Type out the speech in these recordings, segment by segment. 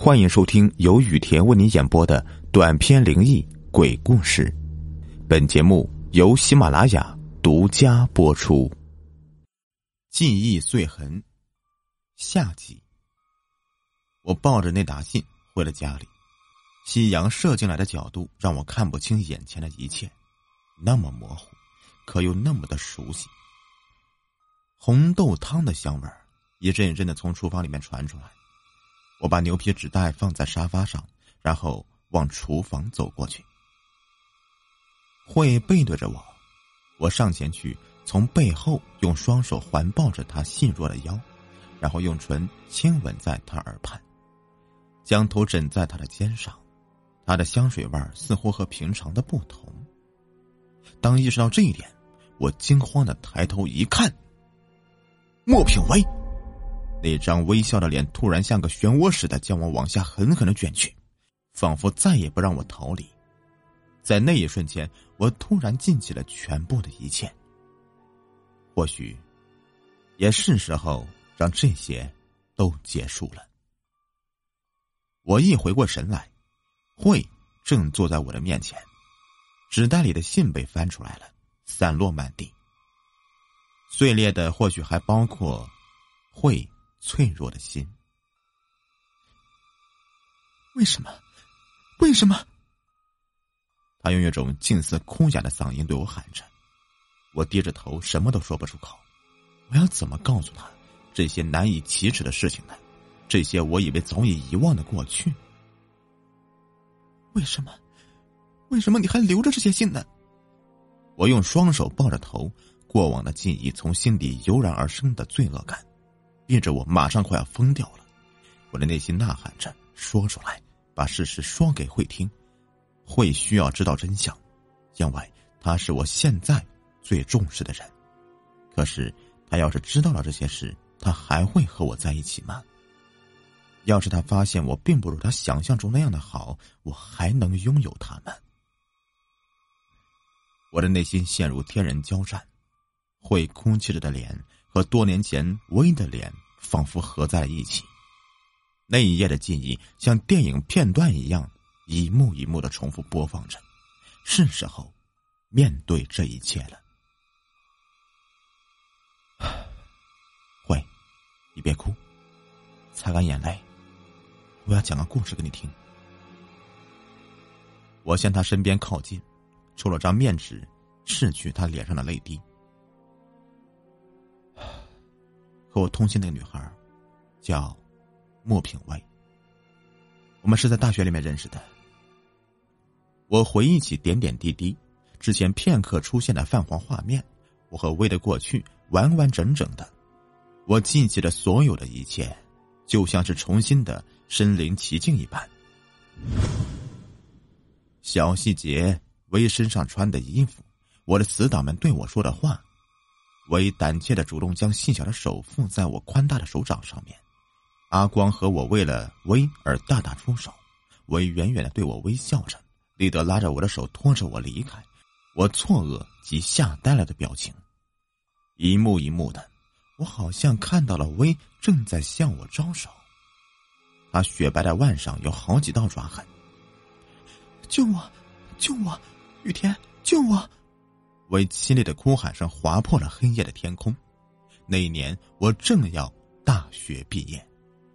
欢迎收听由雨田为你演播的短篇灵异鬼故事。本节目由喜马拉雅独家播出。记忆碎痕下集。我抱着那沓信回了家里，夕阳射进来的角度让我看不清眼前的一切，那么模糊，可又那么的熟悉。红豆汤的香味一阵一阵的从厨房里面传出来。我把牛皮纸袋放在沙发上，然后往厨房走过去。慧背对着我，我上前去，从背后用双手环抱着她细弱的腰，然后用唇亲吻在她耳畔，将头枕在她的肩上。她的香水味似乎和平常的不同。当意识到这一点，我惊慌的抬头一看，莫品威那张微笑的脸突然像个漩涡似的将我往下狠狠的卷去，仿佛再也不让我逃离。在那一瞬间，我突然记起了全部的一切。或许也是时候让这些都结束了。我一回过神来，慧正坐在我的面前，纸袋里的信被翻出来了，散落满地。碎裂的或许还包括慧脆弱的心。为什么？他用一种近似哭哑的嗓音对我喊着。我低着头，什么都说不出口。我要怎么告诉他这些难以启齿的事情呢？这些我以为早已遗忘的过去。为什么你还留着这些信呢？我用双手抱着头，过往的记忆从心底油然而生的罪恶感逼着我马上快要疯掉了。我的内心呐喊着，说出来，把事实说给慧听。慧需要知道真相，因为他是我现在最重视的人。可是他要是知道了这些事，他还会和我在一起吗？要是他发现我并不如他想象中那样的好，我还能拥有他吗？我的内心陷入天人交战。慧哭泣着的脸和多年前薇的脸仿佛合在了一起。那一夜的记忆像电影片段一样，一幕一幕的重复播放着。是时候面对这一切了。慧，你别哭，擦干眼泪，我要讲个故事给你听。我向他身边靠近，抽了张面纸拭去他脸上的泪滴。和我通信那个女孩叫莫品薇，我们是在大学里面认识的。我回忆起点点滴滴，之前片刻出现的泛黄画面，我和薇的过去完完整整的。我记起了所有的一切，就像是重新的身临其境一般。小细节，薇身上穿的衣服，我的死党们对我说的话。薇胆怯的主动将细小的手附在我宽大的手掌上面。阿光和我为了薇而大打出手，薇远远的对我微笑着，立德拉着我的手拖着我离开，我错愕及吓呆了的表情。一幕一幕的，我好像看到了薇正在向我招手。她雪白的腕上有好几道抓痕。救我，救我，雨田，救我！薇凄厉的哭喊声划破了黑夜的天空。那一年我正要大学毕业。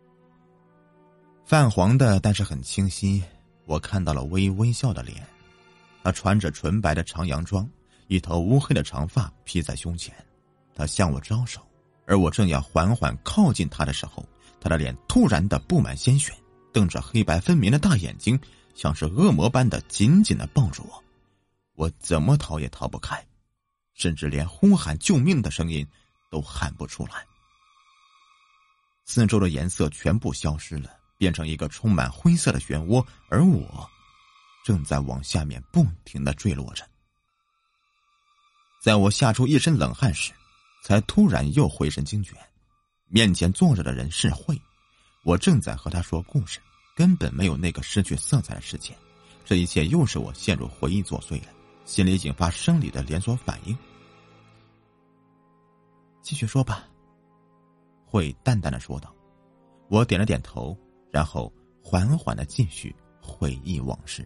泛黄的但是很清晰，我看到了薇微笑的脸。她穿着纯白的长洋装，一头乌黑的长发披在胸前。她向我招手，而我正要缓缓靠近她的时候，她的脸突然的布满鲜血，瞪着黑白分明的大眼睛，像是恶魔般的紧紧的抱住我。我怎么逃也逃不开，甚至连呼喊救命的声音都喊不出来。四周的颜色全部消失了，变成一个充满灰色的漩涡，而我正在往下面不停地坠落着。在我吓出一身冷汗时，才突然又回神惊觉，面前坐着的人是慧。我正在和他说故事，根本没有那个失去色彩的世界。这一切又是我陷入回忆作祟了，心里引发生理的连锁反应。继续说吧，慧淡淡的说道。我点了点头，然后缓缓地继续回忆往事。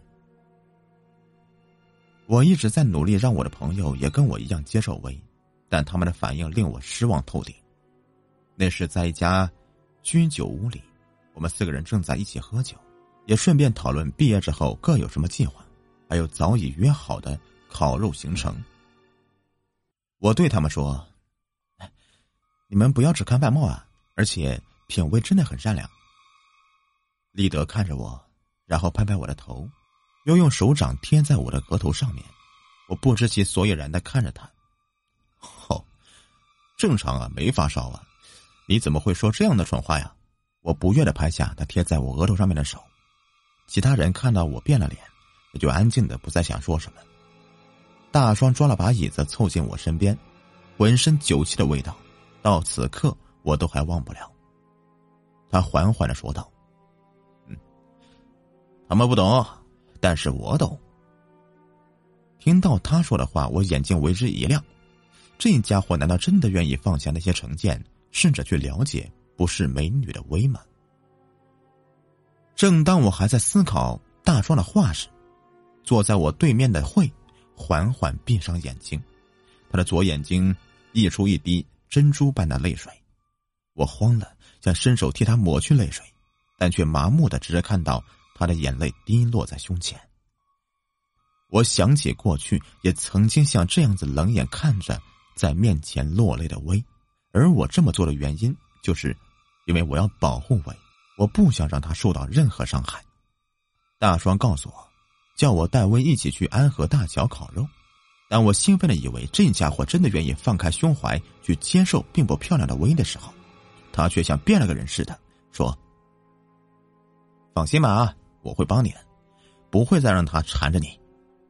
我一直在努力让我的朋友也跟我一样接受薇，但他们的反应令我失望透顶。那是在一家居酒屋里，我们4个人正在一起喝酒，也顺便讨论毕业之后各有什么计划，还有早已约好的烤肉行程。我对他们说，你们不要只看外貌啊，而且品味真的很善良。立德看着我，然后拍拍我的头，又用手掌贴在我的额头上面。我不知其所以然地看着他。正常啊，没发烧啊，你怎么会说这样的蠢话呀？我不悦地拍下他贴在我额头上面的手。其他人看到我变了脸，也就安静的不再想说什么。大双抓了把椅子凑近我身边，浑身酒气的味道到此刻我都还忘不了。他缓缓地说道，他们不懂，但是我懂。听到他说的话，我眼睛为之一亮。这家伙难道真的愿意放下那些成见，试着去了解不是美女的薇吗？正当我还在思考大壮的话时，坐在我对面的慧缓缓闭上眼睛，他的左眼睛溢出一滴珍珠般的泪水。我慌了，想伸手替他抹去泪水，但却麻木的只是看到他的眼泪滴落在胸前。我想起过去也曾经像这样子冷眼看着在面前落泪的薇，而我这么做的原因就是因为我要保护薇，我不想让她受到任何伤害。大双告诉我，叫我带薇一起去安和大桥烤肉，当我兴奋的以为这家伙真的愿意放开胸怀去接受并不漂亮的薇的时候，他却像变了个人似的说，放心吧，我会帮你的，不会再让他缠着你。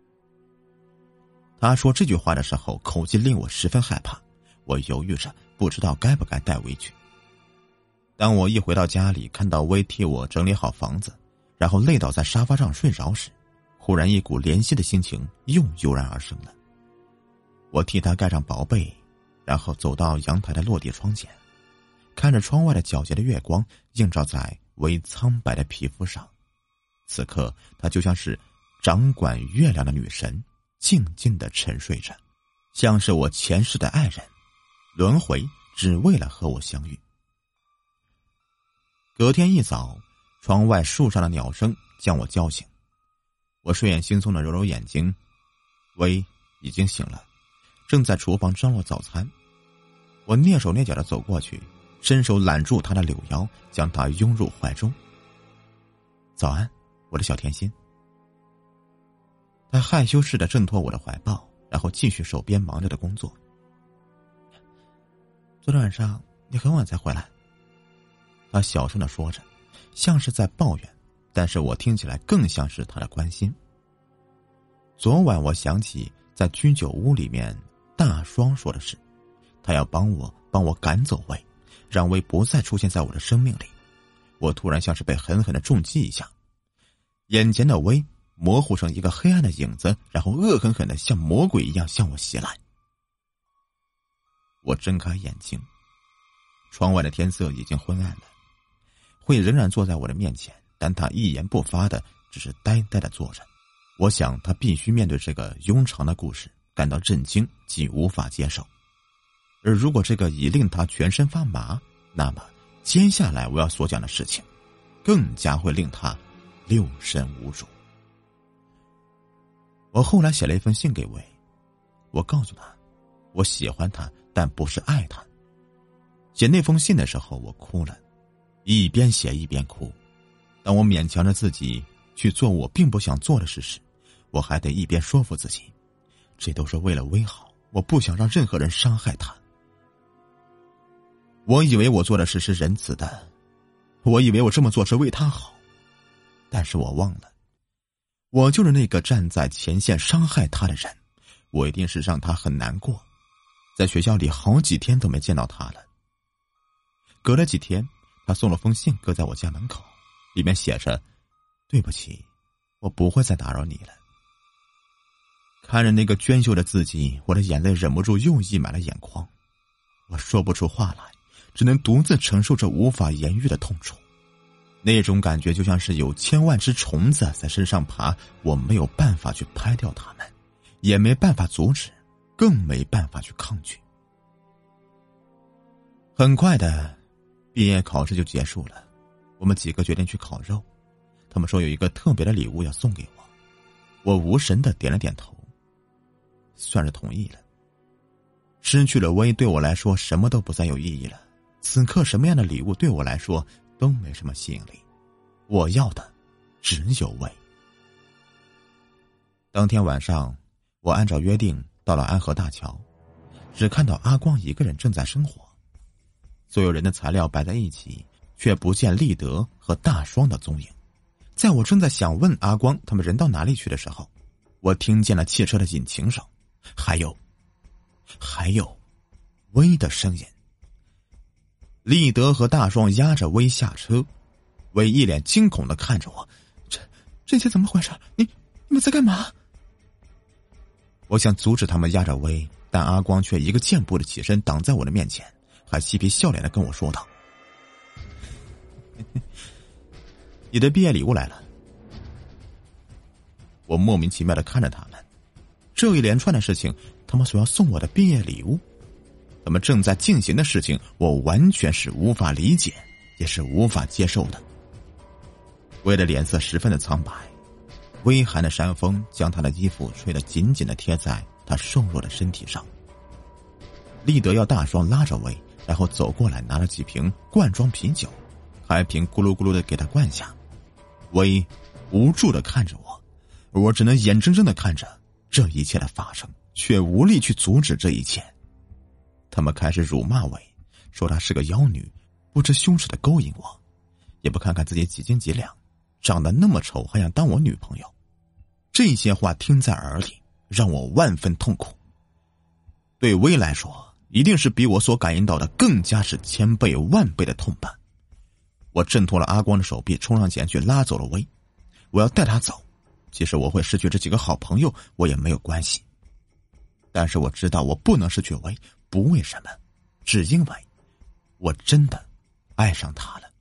他说这句话的时候口气令我十分害怕，我犹豫着不知道该不该带薇去。当我一回到家里，看到薇替我整理好房子，然后累倒在沙发上睡着时，忽然一股怜惜的心情又油然而生了。我替他盖上薄被，然后走到阳台的落地窗前，看着窗外的皎洁的月光映照在薇苍白的皮肤上。此刻她就像是掌管月亮的女神，静静地沉睡着，像是我前世的爱人，轮回只为了和我相遇。隔天一早，窗外树上的鸟声将我叫醒。我睡眼惺忪地揉揉眼睛，薇已经醒了，正在厨房张罗早餐。我蹑手蹑脚地走过去，伸手揽住她的柳腰，将她拥入怀中。早安，我的小甜心。她害羞似的挣脱我的怀抱，然后继续手边忙着的工作。昨天晚上你很晚才回来，她小声地说着，像是在抱怨，但是我听起来更像是她的关心。昨晚我想起在居酒屋里面大双说的是，他要帮我赶走薇，让薇不再出现在我的生命里。我突然像是被狠狠地重击一下，眼前的薇模糊成一个黑暗的影子，然后恶狠狠地像魔鬼一样向我袭来。我睁开眼睛，窗外的天色已经昏暗了。慧仍然坐在我的面前，但她一言不发的只是呆呆的坐着。我想她必须面对这个庸常的故事感到震惊及无法接受，而如果这个已令她全身发麻，那么接下来我要所讲的事情更加会令她六神无主。我后来写了一封信给薇，我告诉她我喜欢她，但不是爱她。写那封信的时候我哭了，一边写一边哭。当我勉强着自己去做我并不想做的事时，我还得一边说服自己，这都是为了薇好，我不想让任何人伤害她。我以为我做的事是仁慈的，我以为我这么做是为她好，但是我忘了，我就是那个站在前线伤害她的人，我一定是让她很难过。在学校里好几天都没见到她了。隔了几天，她送了封信搁在我家门口，里面写着，对不起，我不会再打扰你了。看着那个娟秀的字迹，我的眼泪忍不住又溢满了眼眶。我说不出话来，只能独自承受着无法言喻的痛楚。 那种感觉就像是有千万只虫子在身上爬，我没有办法去拍掉它们，也没办法阻止，更没办法去抗拒。很快的，毕业考试就结束了，我们几个决定去烤肉。他们说有一个特别的礼物要送给我，我无神的点了点头，算是同意了。失去了威对我来说什么都不再有意义了，此刻什么样的礼物对我来说都没什么吸引力，我要的只有威。当天晚上，我按照约定到了安河大桥，只看到阿光一个人正在生火，所有人的材料摆在一起，却不见立德和大双的踪影。在我正在想问阿光他们人到哪里去的时候，我听见了汽车的引擎声，还有威的声音。立德和大双押着威下车，威一脸惊恐的看着我，这些怎么回事？你们在干嘛？我想阻止他们押着威，但阿光却一个箭步的起身挡在我的面前，还嬉皮笑脸的跟我说道：你的毕业礼物来了。我莫名其妙的看着他们，这一连串的事情，他们所要送我的毕业礼物，他们正在进行的事情，我完全是无法理解，也是无法接受的。威的脸色十分的苍白，微寒的山风将他的衣服吹得紧紧的贴在他瘦弱的身体上。立德要大双拉着威，然后走过来拿了几瓶罐装啤酒，开瓶咕噜咕噜的给他灌下。威无助的看着我，我只能眼睁睁的看着这一切的发生，却无力去阻止这一切。他们开始辱骂威，说她是个妖女，不知羞耻的勾引我，也不看看自己几斤几两，长得那么丑还想当我女朋友。这些话听在耳里，让我万分痛苦。对威来说，一定是比我所感应到的更加是千倍万倍的痛吧。我挣脱了阿光的手臂，冲上前去拉走了威。我要带他走，即使我会失去这几个好朋友，我也没有关系。但是我知道我不能失去威，不为什么，只因为我真的爱上他了。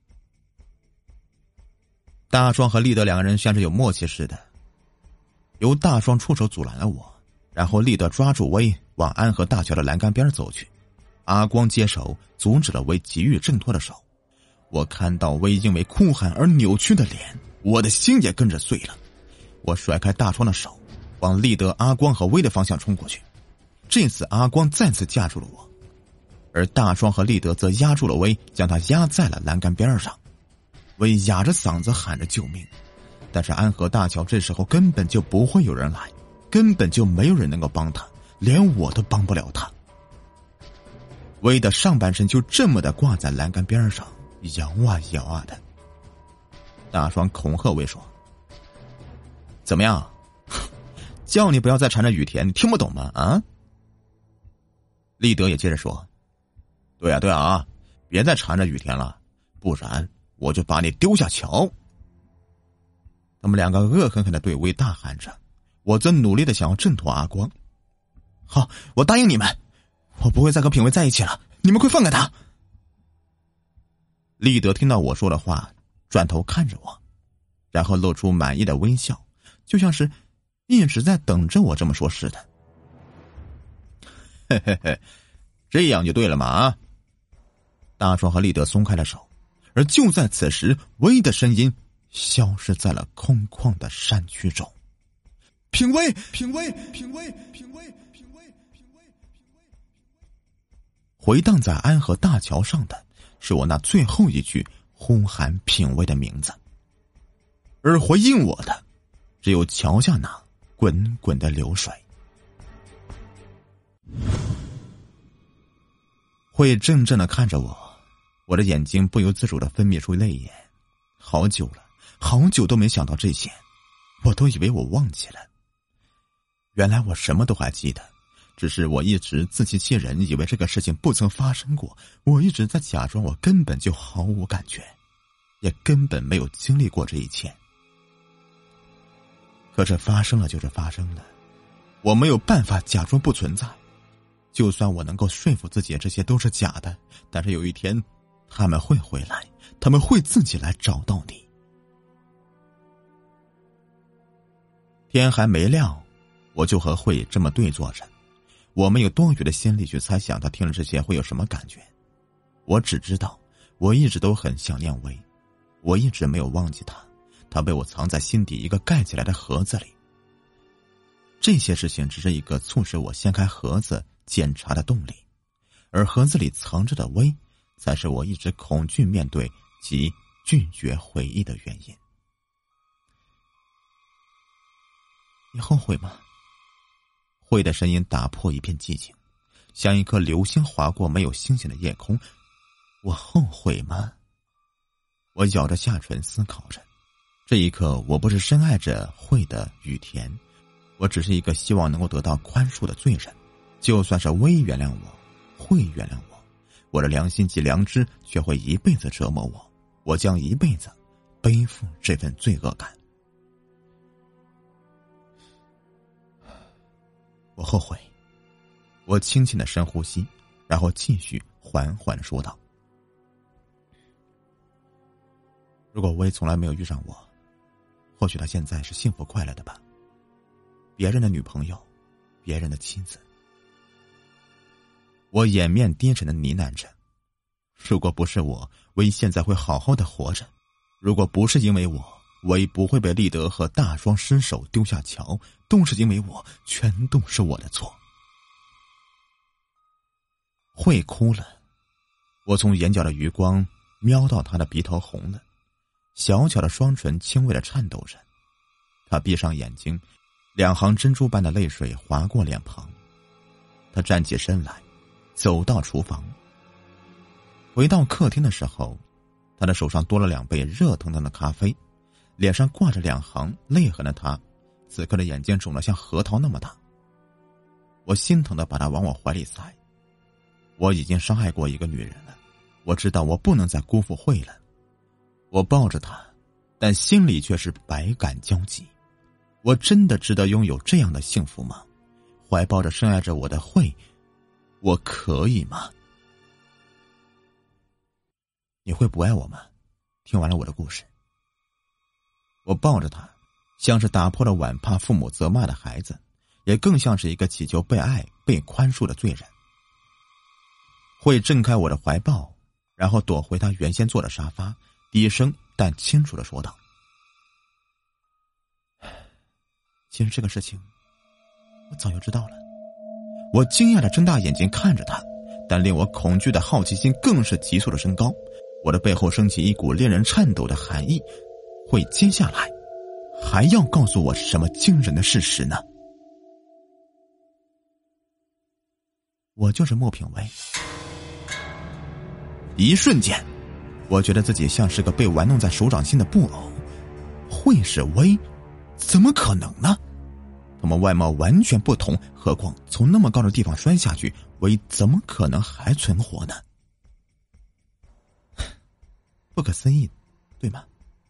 大壮和立德两个人像是有默契似的，由大壮出手阻拦了我，然后立德抓住威往安河大桥的栏杆边走去，阿光接手阻止了威急于挣脱的手。我看到威因为哭喊而扭曲的脸，我的心也跟着碎了。我甩开大壮的手，往立德、阿光和威的方向冲过去。这次阿光再次架住了我，而大壮和立德则压住了威，将他压在了栏杆边上。威哑着嗓子喊着救命，但是安河大桥这时候根本就不会有人来，根本就没有人能够帮他，连我都帮不了他。威的上半身就这么的挂在栏杆边上，摇啊摇啊的。大双恐吓威说：怎么样，叫你不要再缠着雨田，你听不懂吗？啊！立德也接着说：对啊，别再缠着雨田了，不然我就把你丢下桥。他们两个恶狠狠地对威大喊着，我则努力地想要挣脱阿光。好，我答应你们，我不会再和品味在一起了，你们快放开他。立德听到我说的话，转头看着我，然后露出满意的微笑，就像是一直在等着我这么说似的。嘿嘿嘿，这样就对了嘛啊！大壮和立德松开了手，而就在此时，威的声音消失在了空旷的山区中。品威，品威，品威，品威，品威，品威，回荡在安河大桥上的是我那最后一句呼喊品威的名字，而回应我的只有桥下那滚滚的流水。会怔怔的看着我，我的眼睛不由自主的分泌出泪眼。好久了，好久都没想到这些，我都以为我忘记了。原来我什么都还记得，只是我一直自欺欺人，以为这个事情不曾发生过。我一直在假装我根本就毫无感觉，也根本没有经历过这一切。可这发生了就是发生了，我没有办法假装不存在。就算我能够说服自己这些都是假的，但是有一天他们会回来，他们会自己来找到你。天还没亮，我就和慧这么对坐着，我没有多余的心力去猜想他听了这些会有什么感觉。我只知道我一直都很想念薇，我一直没有忘记他，他被我藏在心底一个盖起来的盒子里。这些事情只是一个促使我掀开盒子检查的动力，而盒子里藏着的薇才是我一直恐惧面对及拒绝回忆的原因。你后悔吗？慧的声音打破一片寂静，像一颗流星划过没有星星的夜空。我后悔吗？我咬着下唇思考着。这一刻，我不是深爱着慧的雨田，我只是一个希望能够得到宽恕的罪人。就算是薇原谅我，慧原谅我，我的良心及良知却会一辈子折磨我，我将一辈子背负这份罪恶感。我后悔。我轻轻的深呼吸，然后继续缓缓的说道：如果薇从来没有遇上我，或许她现在是幸福快乐的吧，别人的女朋友，别人的妻子。我掩面低沉的呢喃着，如果不是我，薇现在会好好的活着。如果不是因为我，薇不会被立德和大双失手丢下桥，都是因为我，全都是我的错。慧哭了，我从眼角的余光瞄到她的鼻头红了，小巧的双唇轻微的颤抖着。她闭上眼睛，两行珍珠般的泪水划过脸庞。她站起身来，走到厨房。回到客厅的时候，她的手上多了2杯热腾腾的咖啡，脸上挂着2行泪痕的她，此刻的眼睛肿得像核桃那么大。我心疼的把她往我怀里塞。我已经伤害过一个女人了，我知道我不能再辜负慧了。我抱着她，但心里却是百感交集。我真的值得拥有这样的幸福吗？怀抱着深爱着我的慧，我可以吗？你会不爱我吗？听完了我的故事。我抱着她，像是打破了碗怕父母责骂的孩子，也更像是一个祈求被爱被宽恕的罪人。慧挣开我的怀抱，然后躲回她原先坐的沙发，低声但清楚地说道：其实这个事情我早就知道了。我惊讶地睁大眼睛看着她，但令我恐惧的好奇心更是急速的升高。我的背后升起一股令人颤抖的寒意。慧接下来还要告诉我什么惊人的事实呢？我就是莫品薇。一瞬间，我觉得自己像是个被玩弄在手掌心的布偶。慧是薇？怎么可能呢？他们外貌完全不同，何况从那么高的地方摔下去，薇怎么可能还存活呢？不可思议，对吗？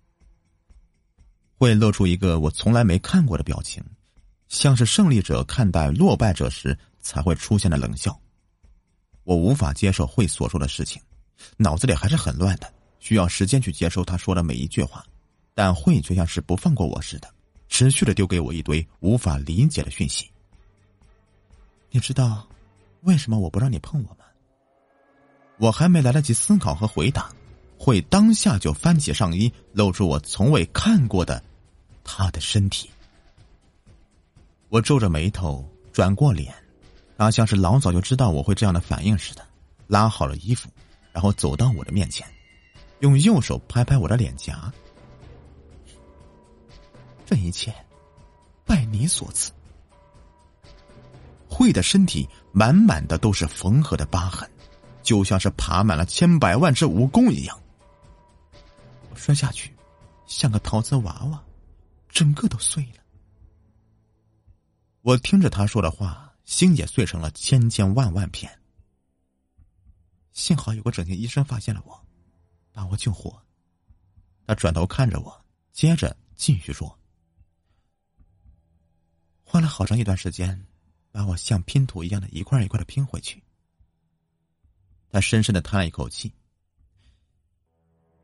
慧露出一个我从来没看过的表情，像是胜利者看待落败者时才会出现的冷笑。我无法接受慧所说的事情，脑子里还是很乱的，需要时间去接收他说的每一句话。但慧却像是不放过我似的，持续的丢给我一堆无法理解的讯息。你知道为什么我不让你碰我吗？我还没来得及思考和回答，慧当下就翻起上衣，露出我从未看过的她的身体。我皱着眉头转过脸，她像是老早就知道我会这样的反应似的，拉好了衣服，然后走到我的面前，用右手拍拍我的脸颊。这一切拜你所赐。慧的身体满满的都是缝合的疤痕，就像是爬满了千百万只蜈蚣一样。我摔下去像个陶瓷娃娃，整个都碎了。我听着他说的话，心也碎成了千千万万片。幸好有个整形医生发现了我，把我救活。他转头看着我，接着继续说，花了好长一段时间把我像拼图一样的一块一块的拼回去。他深深的叹了一口气，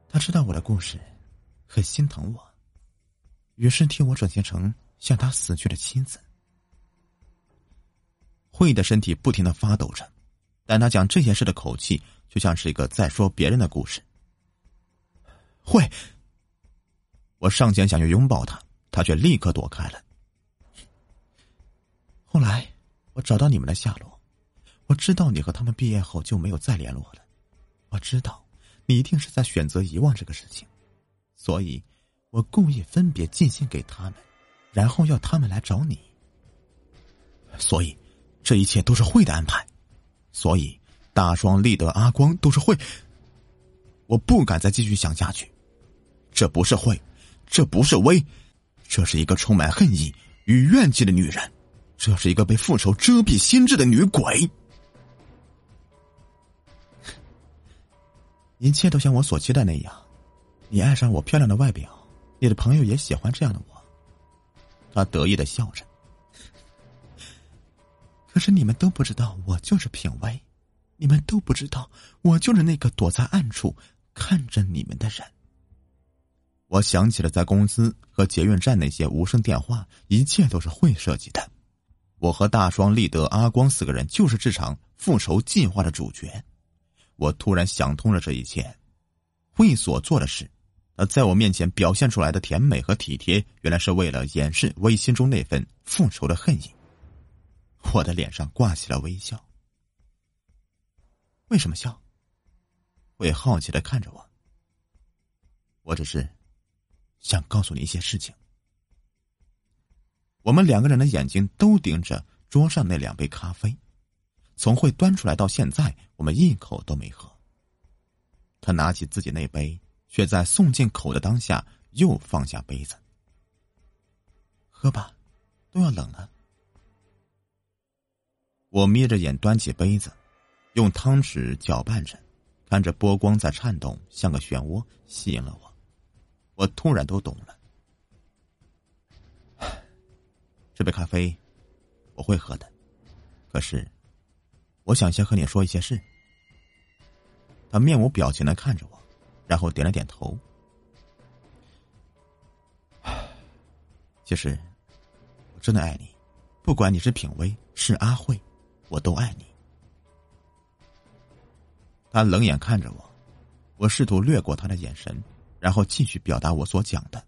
他知道我的故事，很心疼我，于是替我转变成像他死去的妻子。慧的身体不停地发抖着，但他讲这些事的口气就像是一个在说别人的故事。慧，我上前想要拥抱他，他却立刻躲开了。后来我找到你们的下落，我知道你和他们毕业后就没有再联络了，我知道你一定是在选择遗忘这个事情，所以我故意分别寄信给他们，然后要他们来找你。所以这一切都是慧的安排，所以大双、立德、阿光都是慧。我不敢再继续想下去，这不是慧，这不是薇，这是一个充满恨意与怨气的女人，这是一个被复仇遮蔽心智的女鬼。一切都像我所期待那样，你爱上我漂亮的外表，你的朋友也喜欢这样的我。他得意地笑着。可是你们都不知道我就是品薇，你们都不知道我就是那个躲在暗处看着你们的人。我想起了在公司和捷运站那些无声电话，一切都是慧设计的。我和大双、立德、阿光4个人就是这场复仇计划的主角。我突然想通了这一切，慧所做的事，她在我面前表现出来的甜美和体贴，原来是为了掩饰薇心中那份复仇的恨意。我的脸上挂起了微笑。为什么笑？慧好奇地看着我。我只是想告诉你一些事情。我们2个人的眼睛都盯着桌上那2杯咖啡，从慧端出来到现在，我们一口都没喝。他拿起自己那杯，却在送进口的当下又放下杯子。喝吧，都要冷了。我眯着眼端起杯子，用汤匙搅拌着，看着波光在颤动，像个漩涡，吸引了我。我突然都懂了。这杯咖啡我会喝的，可是我想先和你说一些事。他面无表情地看着我，然后点了点头。其实我真的爱你，不管你是品薇是阿慧，我都爱你。他冷眼看着我，我试图掠过他的眼神，然后继续表达我所讲的。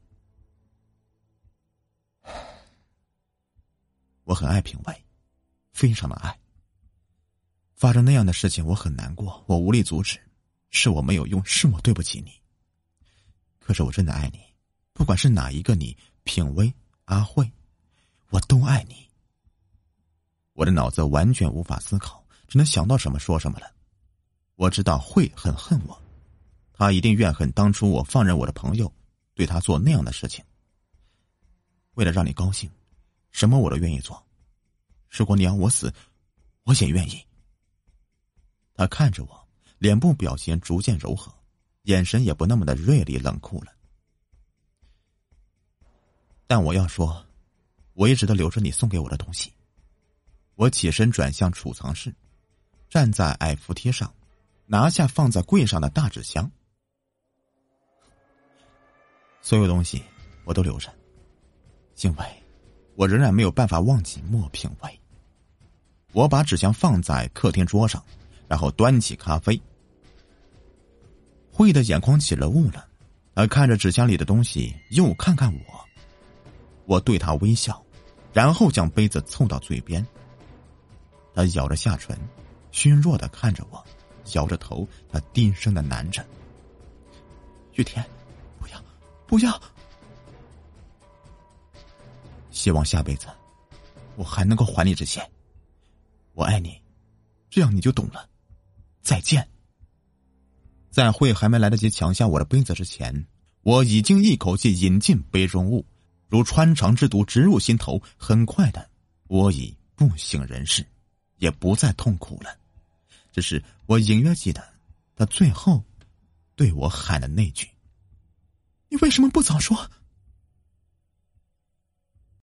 我很爱品薇，非常的爱。发生那样的事情我很难过，我无力阻止，是我没有用，是我对不起你。可是我真的爱你，不管是哪一个你，品薇、阿慧，我都爱你。我的脑子完全无法思考，只能想到什么说什么了。我知道慧很恨我，他一定怨恨当初我放任我的朋友对他做那样的事情。为了让你高兴，什么我都愿意做，如果你要我死，我也愿意。他看着我，脸部表情逐渐柔和，眼神也不那么的锐利冷酷了。但我要说，我一直都留着你送给我的东西。我起身转向储藏室，站在矮扶梯上，拿下放在柜上的大纸箱。所有东西我都留着，因为我仍然没有办法忘记莫品薇。我把纸箱放在客厅桌上，然后端起咖啡。慧的眼眶起了雾了，他看着纸箱里的东西，又看看我。我对他微笑，然后将杯子凑到嘴边。他咬着下唇，虚弱地看着我，摇着头，他低声地喃着：“玉田，不要，不要。”希望下辈子我还能够还你这些。我爱你，这样你就懂了。再见。在慧还没来得及抢下我的杯子之前，我已经一口气饮进杯中物，如穿肠之毒直入心头。很快的，我已不省人事，也不再痛苦了。只是我隐约记得他最后对我喊的那句：“你为什么不早说？”